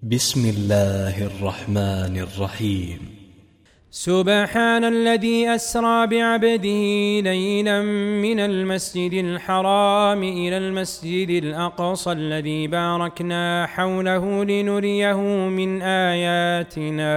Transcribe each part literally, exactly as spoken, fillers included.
بسم الله الرحمن الرحيم. سبحان الذي أسرى بعبده ليلا من المسجد الحرام إلى المسجد الأقصى الذي باركنا حوله لنريه من آياتنا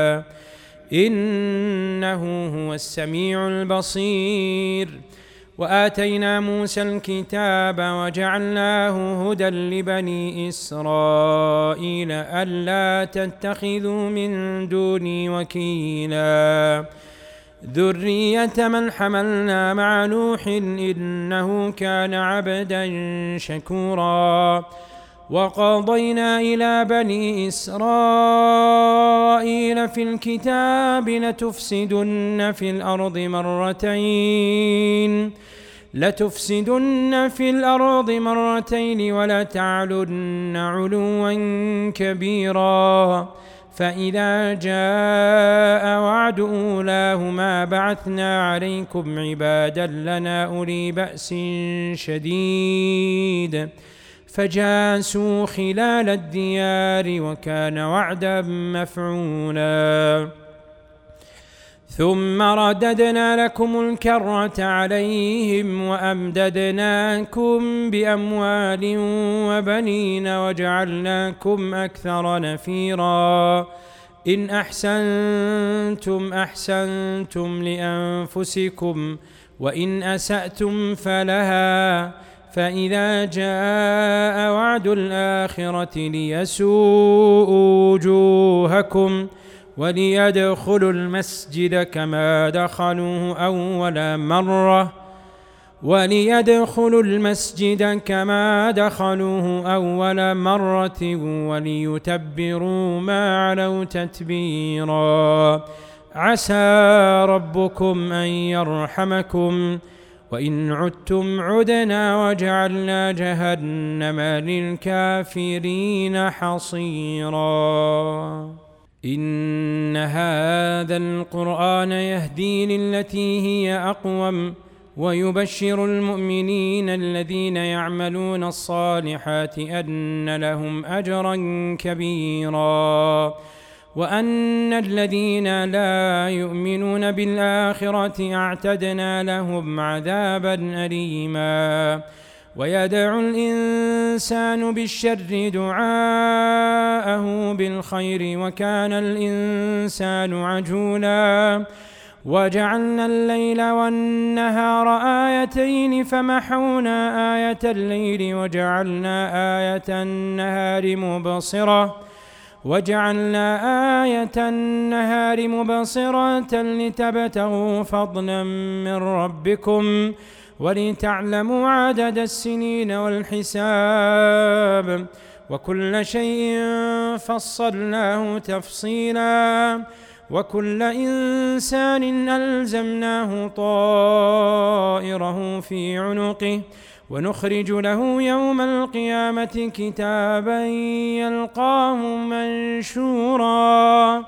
إنه هو السميع البصير. وآتينا موسى الكتاب وجعلناه هدى لبني إسرائيل ألا تتخذوا من دوني وكيلا ذرية من حملنا مع نوح إنه كان عبدا شكورا. وقضينا إلى بني إسرائيل في الكتاب لتفسدن في الأرض مرتين لتفسدن في الأرض مرتين ولتعلن علوا كبيرا. فإذا جاء وعد أولاهما بعثنا عليكم عبادا لنا أولي بأس شديد فجاسوا خلال الديار وكان وعدا مفعولا. ثم رددنا لكم الكرة عليهم وأمددناكم بأموال وبنين وجعلناكم أكثر نفيرا. إن أحسنتم أحسنتم لأنفسكم وإن أسأتم فلها. فإذا جاء وعد الآخرة ليسوءوا وجوهكم وليدخلوا المسجد كما دخلوه أول مرة وليدخلوا المسجد كما دخلوه أول مرة وليتبروا ما علوا تتبيرا. عسى ربكم أن يرحمكم وإن عدتم عدنا وجعلنا جهنم للكافرين حصيرا. إن هذا القرآن يهدي للتي هي أقوم ويبشر المؤمنين الذين يعملون الصالحات أن لهم أجرا كبيرا وأن الذين لا يؤمنون بالآخرة أعتدنا لهم عذابا أليما. ويدعو الإنسان بالشر دعاءه بالخير وكان الإنسان عجولا. وجعلنا الليل والنهار آيتين فمحونا آية الليل وجعلنا آية النهار مبصرة وجعلنا آية النهار مبصرة لتبتغوا فضلا من ربكم ولتعلموا عدد السنين والحساب وكل شيء فصلناه تفصيلا. وكل إنسان ألزمناه طائره في عنقه ونخرج له يوم القيامة كتابا يلقاه منشورا.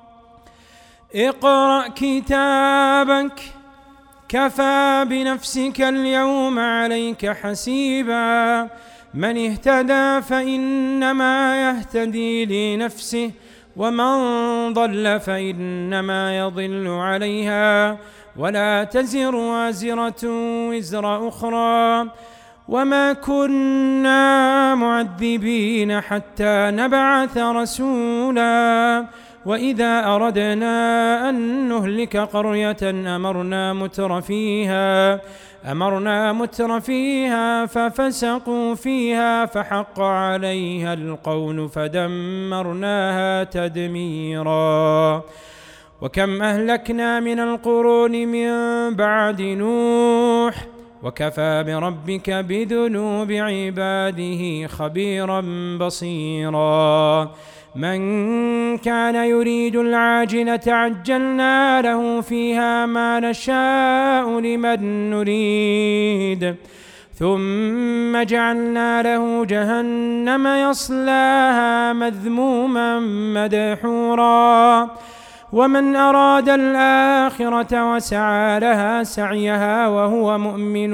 اقرأ كتابك كفى بنفسك اليوم عليك حسيبا. من اهتدى فإنما يهتدي لنفسه ومن ضل فإنما يضل عليها ولا تزر وازرة وزر أخرى وما كنا معذبين حتى نبعث رسولا. وإذا أردنا أن نهلك قرية أمرنا متر فيها أمرنا متر فيها ففسقوا فيها فحق عليها القول فدمرناها تدميرا. وكم أهلكنا من القرون من بعد نوح وكفى بربك بذنوب عباده خبيرا بصيرا. من كان يريد العاجلة عجلنا له فيها ما نشاء لمن نريد ثم جعلنا له جهنم يصلاها مذموما مدحورا. ومن أراد الآخرة وسعى لها سعيها وهو مؤمن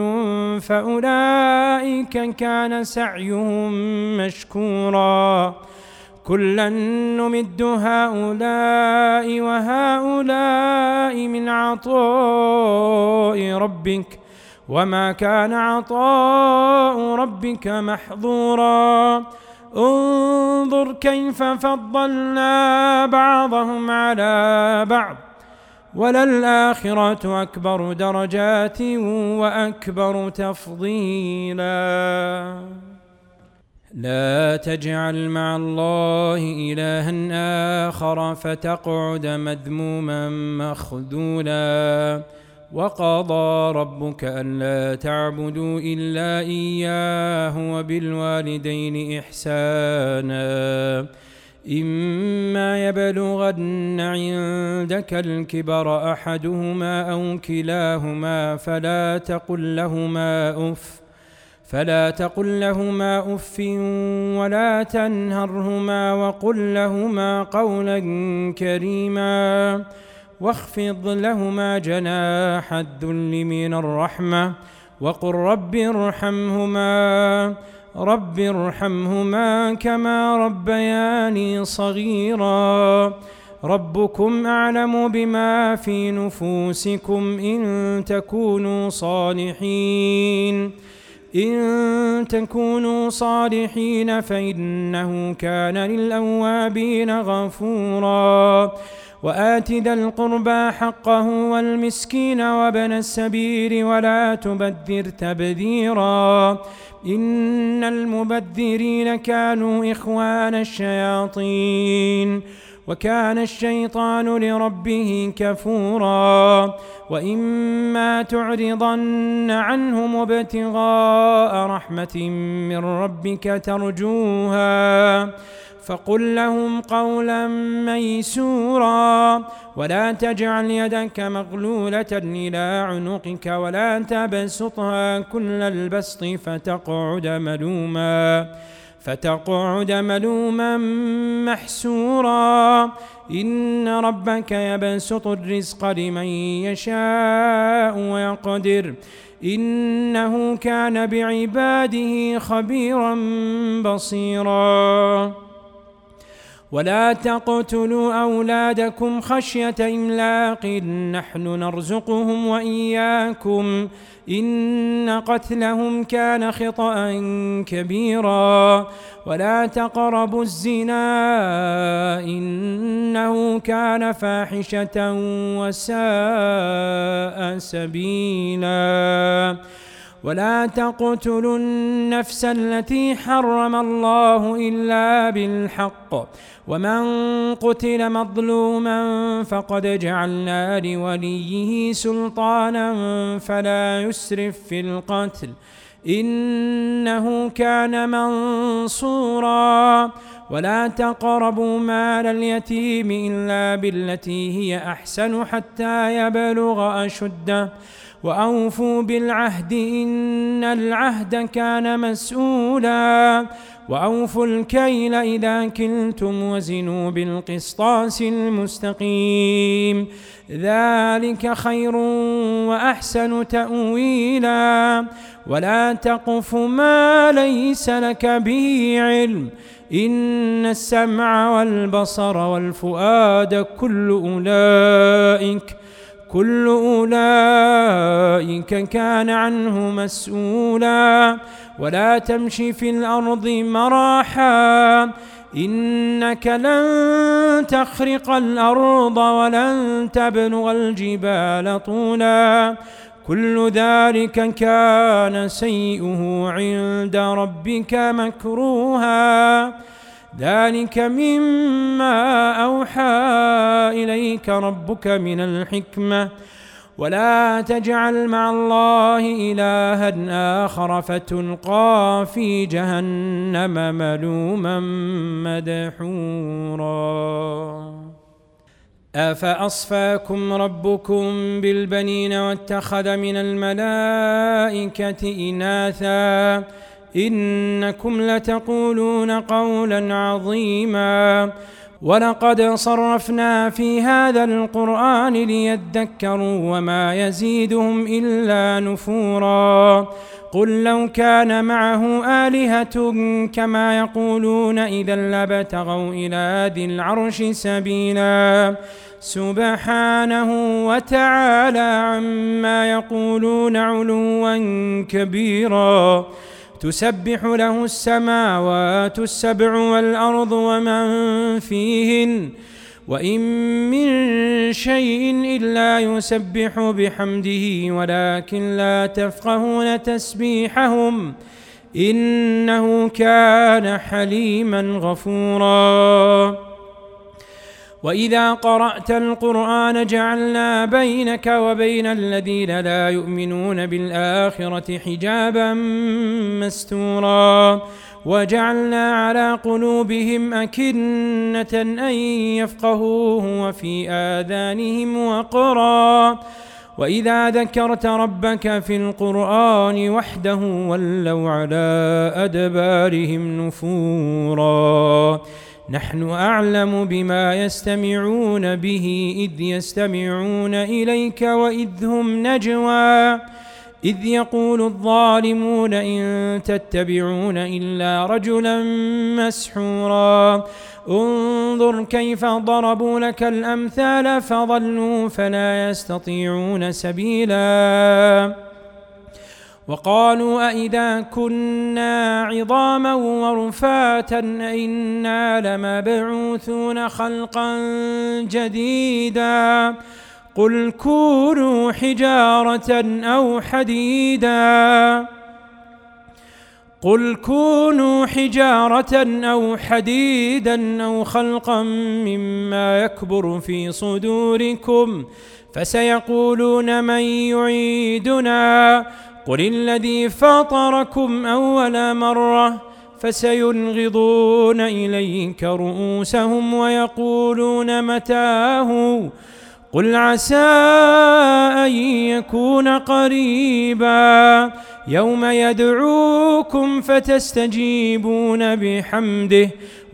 فأولئك كان سعيهم مشكورا. كلا نمد هؤلاء وهؤلاء من عطاء ربك وما كان عطاء ربك محظورا انظر كيف فضلنا بعضهم على بعض وللآخرة أكبر درجات وأكبر تفضيلا لا تجعل مع الله إلها آخر فتقعد مذموما مخذولا وقضى ربك ألا تعبدوا إلا إياه وبالوالدين إحسانا إما يبلغن عندك الكبر أحدهما أو كلاهما فلا تقل لهما أف فلا تقل لهما أف ولا تنهرهما وقل لهما قولا كريما واخفض لهما جناح الذل من الرحمة وقل رب ارحمهما رب ارحمهما كما ربياني صغيرا ربكم أعلم بما في نفوسكم إن تكونوا صالحين إن تكونوا صالحين فإنه كان للأوابين غفورا وآت ذا القربى حقه والمسكين وابن السبيل ولا تبذر تبذيرا إن المبذرين كانوا إخوان الشياطين وكان الشيطان لربه كفورا وإما تعرضن عنهم ابتغاء رحمة من ربك ترجوها فقل لهم قولا ميسورا ولا تجعل يدك مغلولة إلى عنقك ولا تبسطها كل البسط فتقعد ملوما فتقعد ملوما محسورا إن ربك يبسط الرزق لمن يشاء ويقدر إنه كان بعباده خبيرا بصيرا ولا تقتلوا أولادكم خشية إملاق نحن نرزقهم وإياكم إن قتلهم كان خطأ كبيرا ولا تقربوا الزنا إنه كان فاحشة وساء سبيلا ولا تقتلوا النفس التي حرم الله إلا بالحق ومن قتل مظلوما فقد جعلنا لوليه سلطانا فلا يسرف في القتل إنه كان منصورا ولا تقربوا مال اليتيم إلا بالتي هي أحسن حتى يبلغ أشده وأوفوا بالعهد إن العهد كان مسؤولا وأوفوا الكيل إذا كلتم وزنوا بالقسطاس المستقيم ذلك خير وأحسن تأويلا ولا تقف ما ليس لك به علم إن السمع والبصر والفؤاد كل أولئك كل أولئك كان عنه مسؤولا ولا تمش في الأرض مراحا إنك لن تخرق الأرض ولن تبلغ الجبال طولا كل ذلك كان سيئه عند ربك مكروها ذلك مما أوحى إليك ربك من الحكمة ولا تجعل مع الله إلها آخر فتلقى في جهنم ملوما مدحورا أفأصفاكم ربكم بالبنين واتخذ من الملائكة إناثا إنكم لتقولون قولا عظيما ولقد صرفنا في هذا القرآن ليذكروا وما يزيدهم إلا نفورا قل لو كان معه آلهة كما يقولون إذا لابتغوا إلى ذي العرش سبيلا سبحانه وتعالى عما يقولون علوا كبيرا تسبح له السماوات السبع والأرض ومن فيهن وإن من شيء إلا يسبح بحمده ولكن لا تفقهون تسبيحهم إنه كان حليما غفورا وإذا قرأت القرآن جعلنا بينك وبين الذين لا يؤمنون بالآخرة حجابا مستورا وجعلنا على قلوبهم أكنة أن يفقهوه وفي آذانهم وقرا وإذا ذكرت ربك في القرآن وحده ولوا على أدبارهم نفورا نحن أعلم بما يستمعون به إذ يستمعون إليك وإذ هم نجوى إذ يقول الظالمون إن تتبعون إلا رجلا مسحورا انظر كيف ضربوا لك الأمثال فضلوا فلا يستطيعون سبيلا وقالوا أئذا كنا عظاما ورفاتا أئنا لمبعوثون خلقا جديدا قل كونوا حجارة أو حديدا قل كونوا حجارة أو حديدا أو خلقا مما يكبر في صدوركم فسيقولون من يعيدنا قل الذي فطركم أول مرة فسينغضون إليك رؤوسهم ويقولون متاه قل عسى أن يكون قريبا يوم يدعوكم فتستجيبون بحمده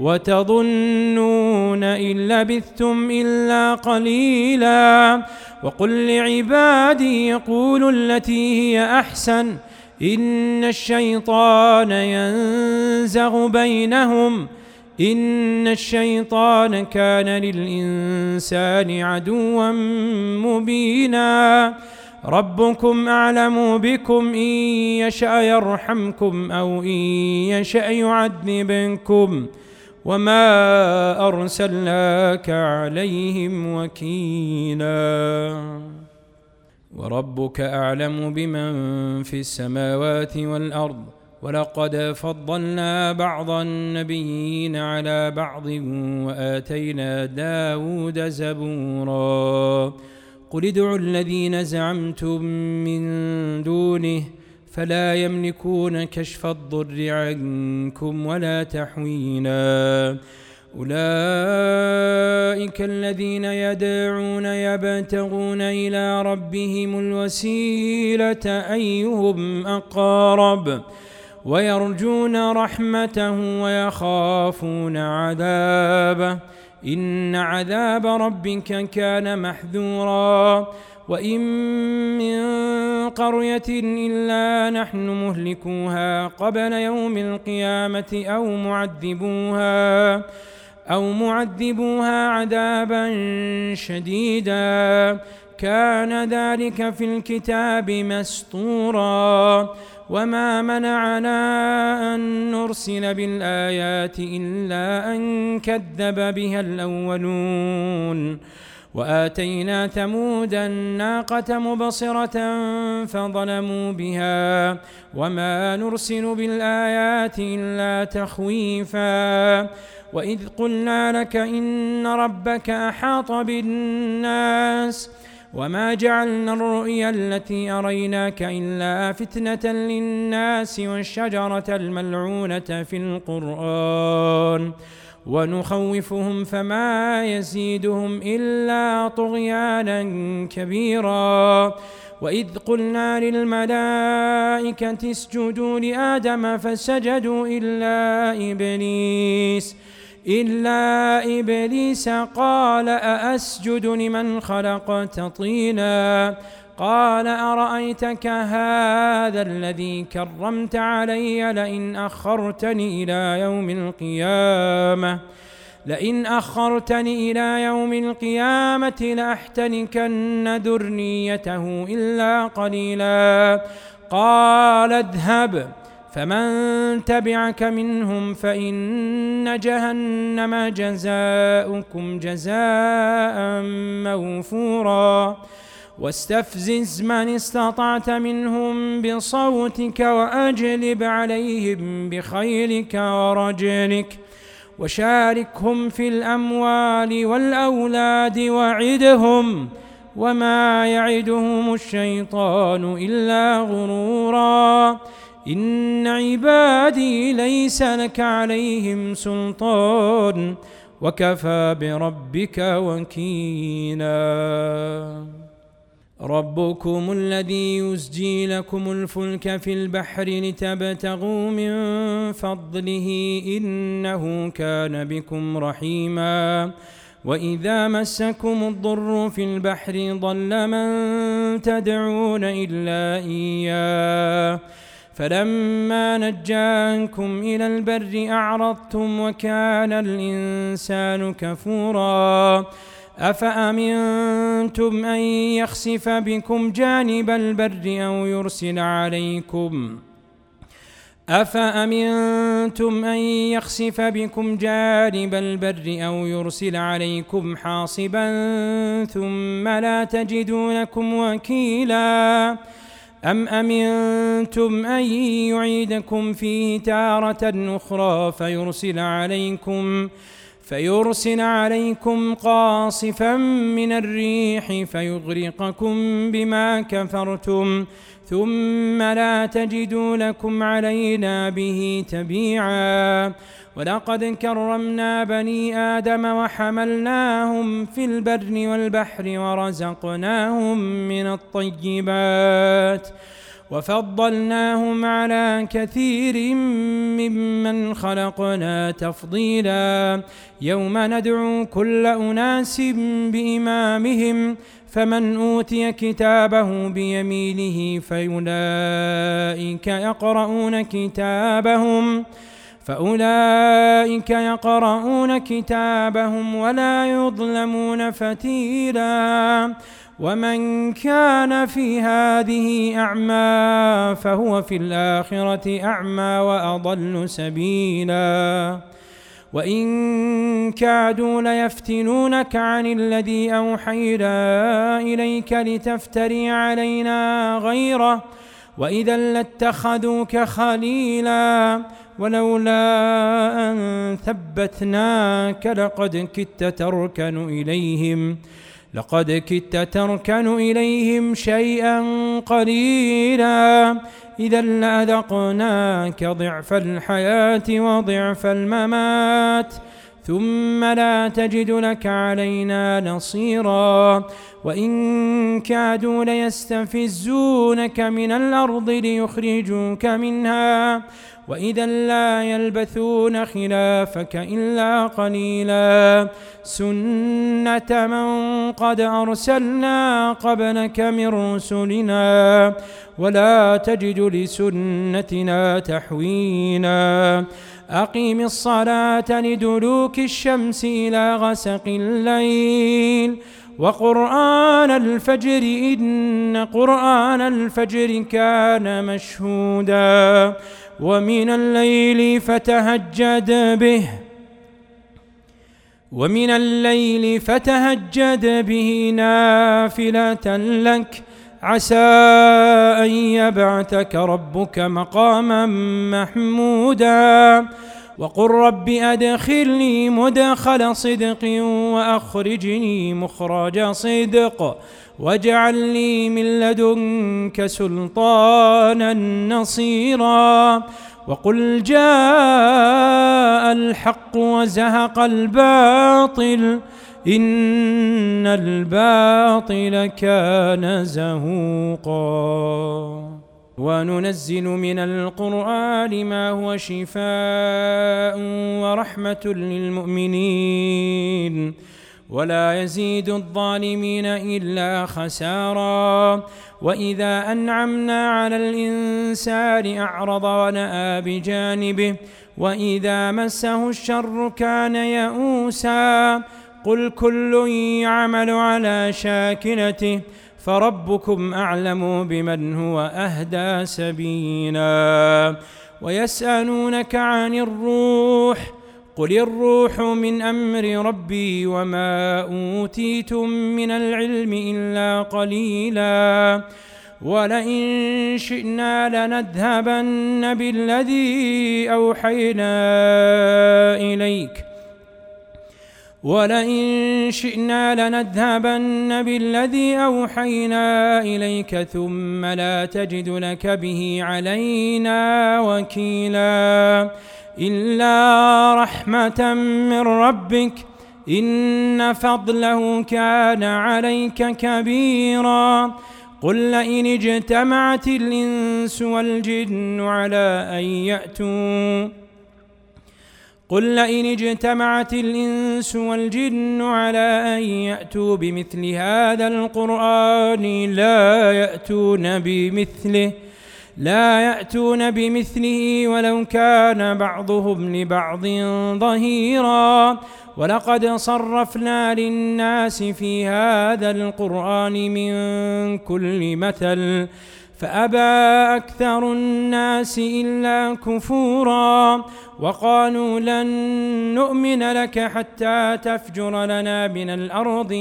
وتظنون إن لبثتم إلا قليلا وقل لعبادي يقولوا التي هي أحسن إن الشيطان ينزغ بينهم إن الشيطان كان للإنسان عدوا مبينا ربكم أعلم بكم إن يشأ يرحمكم أو إن يشأ يعذبكم وما أرسلناك عليهم وكيلا وربك أعلم بمن في السماوات والأرض ولقد فضلنا بعض النبيين على بعض وآتينا داود زبورا قل ادعوا الذين زعمتم من دونه فلا يملكون كشف الضر عنكم ولا تحويلا أولئك الذين يدعون يبتغون إلى ربهم الوسيلة أيهم أقرب ويرجون رحمته ويخافون عذابه إن عذاب ربك كان محذورا وإن من قرية إلا نحن مهلكوها قبل يوم القيامة أو معذبوها أو معذبوها عذابا شديدا كان ذلك في الكتاب مسطورا وما منعنا أن نرسل بالآيات إلا أن كذب بها الأولون وآتينا ثمود الناقة مبصرة فظلموا بها وما نرسل بالآيات إلا تخويفا وإذ قلنا لك إن ربك أحاط بالناس وما جعلنا الرؤيا التي أريناك إلا فتنة للناس والشجرة الملعونة في القرآن ونخوفهم فما يزيدهم إلا طغيانا كبيرا وإذ قلنا للملائكة اسجدوا لآدم فسجدوا إلا إبليس إلا إبليس قال أأسجد لمن خلقت طينا قال أرأيتك هذا الذي كرمت علي لئن أخرتني إلى يوم القيامة لئن أخرتني إلى يوم القيامة لأحتنكن ذريته إلا قليلا قال اذهب فمن تبعك منهم فإن جهنم جزاؤكم جزاء موفورا واستفزز من استطعت منهم بصوتك وأجلب عليهم بخيلك ورجلك وشاركهم في الأموال والأولاد وعدهم وما يعدهم الشيطان إلا غرورا إن عبادي ليس لك عليهم سلطان وكفى بربك وكيلا ربكم الذي يزجي لكم الفلك في البحر لتبتغوا من فضله إنه كان بكم رحيما وإذا مسكم الضر في البحر ضل من تدعون إلا إياه فلما نجاكم إلى البر أعرضتم وكان الإنسان كفورا أفأمنتم أن يخسف بكم جانب البر أو يرسل عليكم أفأمنتم أن يخسف بكم جانب البر أو يرسل عليكم حاصبا ثم لا تجدوا لكم وكيلا أم أمنتم أن يعيدكم فيه تارة أخرى فيرسل عليكم فيرسل عليكم قاصفا من الريح فيغرقكم بما كفرتم ثم لا تجدوا لكم علينا به تبيعا ولقد كرمنا بني آدم وحملناهم في البر والبحر ورزقناهم من الطيبات وفضلناهم على كثير ممن خلقنا تفضيلا يوم ندعو كل أناس بإمامهم فمن أوتي كتابه بيمينه فأولئك يقرؤون كتابهم فأولئك يقرؤون كتابهم ولا يظلمون فتيلا ومن كان في هذه أعمى فهو في الآخرة أعمى وأضل سبيلا وإن كادوا ليفتنونك عن الذي أوحينا إليك لتفتري علينا غيره وإذا لاتخذوك خليلا ولولا أن ثبتناك لقد كدت تركن إليهم لقد كدت تركن إليهم شيئا قليلا إذا لأذقناك ضعف الحياة وضعف الممات ثم لا تجد لك علينا نصيرا وإن كادوا ليستفزونك من الأرض ليخرجوك منها وإذا لا يلبثون خلافك إلا قليلا سنة من قد أرسلنا قبلك من رسلنا ولا تجد لسنتنا تحويلا أقيم الصلاة لدلوك الشمس إلى غسق الليل وقرآن الفجر إن قرآن الفجر كان مشهودا ومن الليل فتهجد به ومن الليل فتهجد به نافلة لك عسى أن يبعثك ربك مقاما محمودا وقل رب أدخلني مدخل صدق وأخرجني مخرج صدق واجعل لي من لدنك سلطانا نصيرا وقل جاء الحق وزهق الباطل إن الباطل كان زهوقا. وننزل من القرآن ما هو شفاء ورحمة للمؤمنين ولا يزيد الظالمين إلا خسارا. وإذا أنعمنا على الإنسان أعرض ونأى بجانبه وإذا مسه الشر كان يئوسا. قل كل يعمل على شاكلته فربكم أعلم بمن هو أهدى سبيلا. ويسألونك عن الروح قل الروح من أمر ربي وما أوتيتم من العلم إلا قليلا. ولئن شئنا لنذهبن بالذي أوحينا إليك ولئن شئنا لنذهبن بالذي أوحينا إليك ثم لا تجد لك به علينا وكيلا. إلا رحمة من ربك إن فضله كان عليك كبيرا. قل لئن اجتمعت الإنس والجن على أن يأتوا قل لئن اجتمعت الإنس والجن على أن يأتوا بمثل هذا القرآن لا يأتون بمثله لا يأتون بمثله ولو كان بعضهم لبعض ظهيرا. ولقد صرفنا للناس في هذا القرآن من كل مثل فأبى أكثر الناس إلا كفورا. وقالوا لن نؤمن لك حتى تفجر لنا من الأرض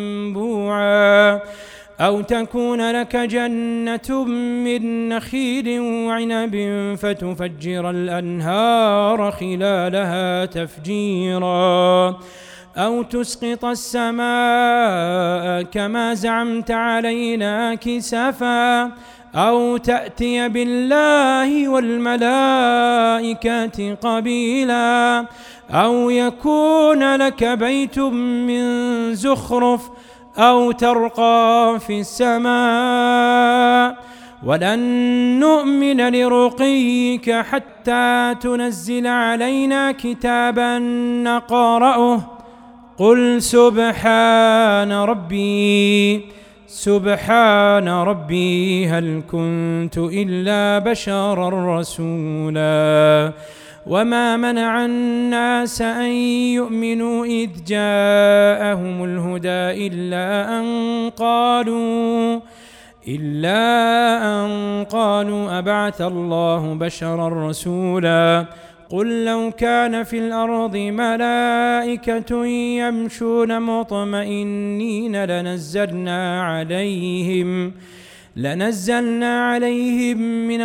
ينبوعا أو تكون لك جنة من نخيل وعنب فتفجر الأنهار خلالها تفجيرا أو تسقط السماء كما زعمت علينا كسفا أو تأتي بالله والملائكة قبيلا أو يكون لك بيت من زخرف أو ترقى في السماء. ولن نؤمن لرقيك حتى تنزل علينا كتابا نقرأه قل سبحان ربي سبحان ربي هل كنت إلا بشرا رسولا. وما منع الناس أن يؤمنوا إذ جاءهم الهدى إلا أن قالوا إلا أن قالوا أبعث الله بشرا رسولا. قل لو كان في الأرض ملائكة يمشون مطمئنين لنزلنا عليهم لنزلنا عليهم من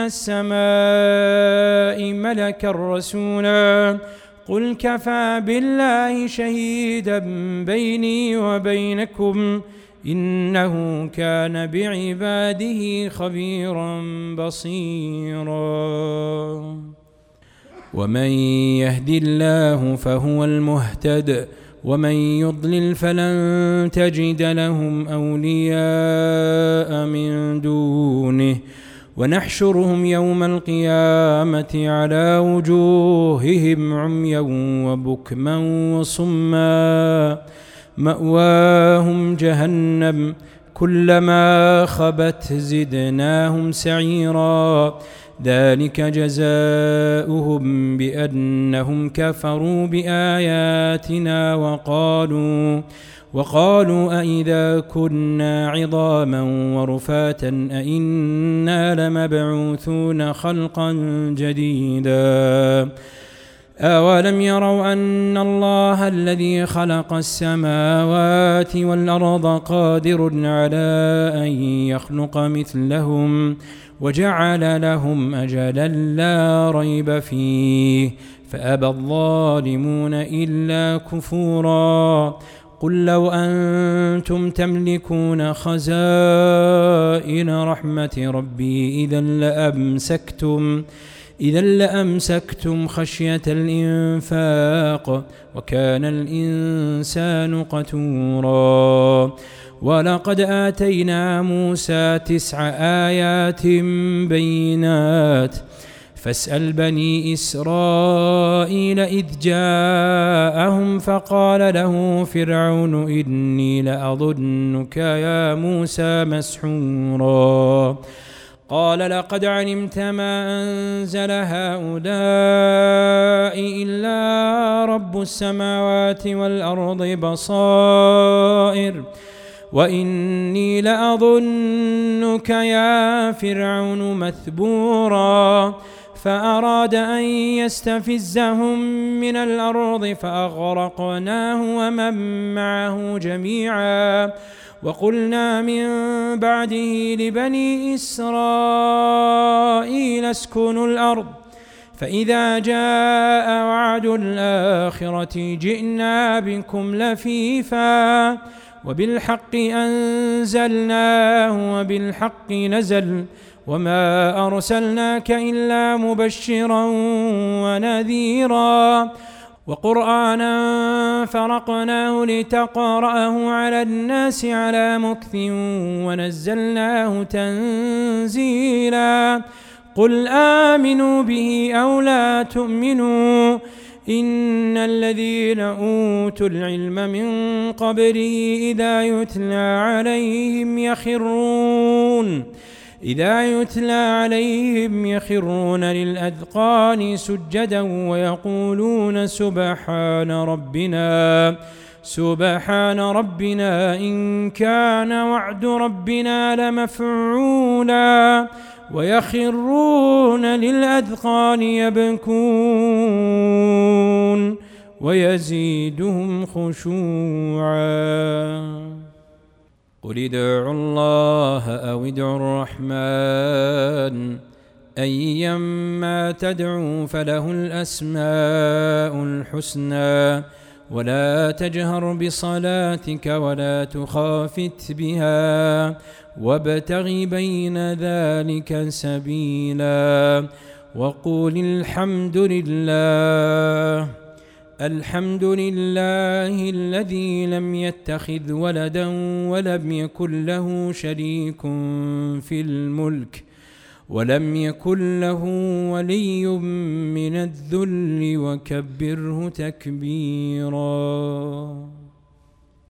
السماء ملكا رسولا. قل كفى بالله شهيدا بيني وبينكم إنه كان بعباده خبيرا بصيرا. ومن يهد الله فهو المهتد ومن يضلل فلن تجد لهم أولياء من دونه ونحشرهم يوم القيامة على وجوههم عميا وبكما وصما مأواهم جهنم كلما خبت زدناهم سعيرا. ذلك جزاؤهم بأنهم كفروا بآياتنا وقالوا وقالوا أئذا كنا عظاما ورفاتا أئنا لمبعوثون خلقا جديدا. أولم يروا أن الله الذي خلق السماوات والأرض قادر على أن يخلق مثلهم وجعل لهم أجلا لا ريب فيه فأبى الظالمون إلا كفورا. قل لو أنتم تملكون خزائن رحمة ربي إذا لأمسكتم إذا لأمسكتم خشية الإنفاق وكان الإنسان قتورا. ولقد آتينا موسى تسع آيات بينات فاسأل بني إسرائيل إذ جاءهم فقال له فرعون إني لأظنك يا موسى مسحورا. قال لقد علمت ما أنزل هؤلاء إلا رب السماوات والأرض بصائر وإني لأظنك يا فرعون مثبورا. فأراد أن يستفزهم من الأرض فأغرقناه ومن معه جميعا. وقلنا من بعده لبني إسرائيل اسكنوا الأرض فإذا جاء وعد الآخرة جئنا بكم لفيفا وبالحق أنزلناه وبالحق نزل وما أرسلناك إلا مبشرا ونذيرا. وقرآنا فرقناه لتقرأه على الناس على مكث ونزلناه تنزيلا. قل آمنوا به أو لا تؤمنوا إن الذين أوتوا العلم من قبله إذا يتلى عليهم يخرون إذا يتلى عليهم يخرون للأذقان سجدا ويقولون سبحان ربنا سبحان ربنا إن كان وعد ربنا لمفعولا. ويخرون للأذقان يبكون ويزيدهم خشوعا. قل ادعوا الله أو ادعوا الرحمن أيما تدعوا فله الأسماء الحسنى ولا تجهر بصلاتك ولا تخافت بها وابتغ بين ذلك سبيلا. وقل الحمد لله الحمد لله الذي لم يتخذ ولدا ولم يكن له شريك في الملك ولم يكن له ولي من الذل وكبره تكبيرا.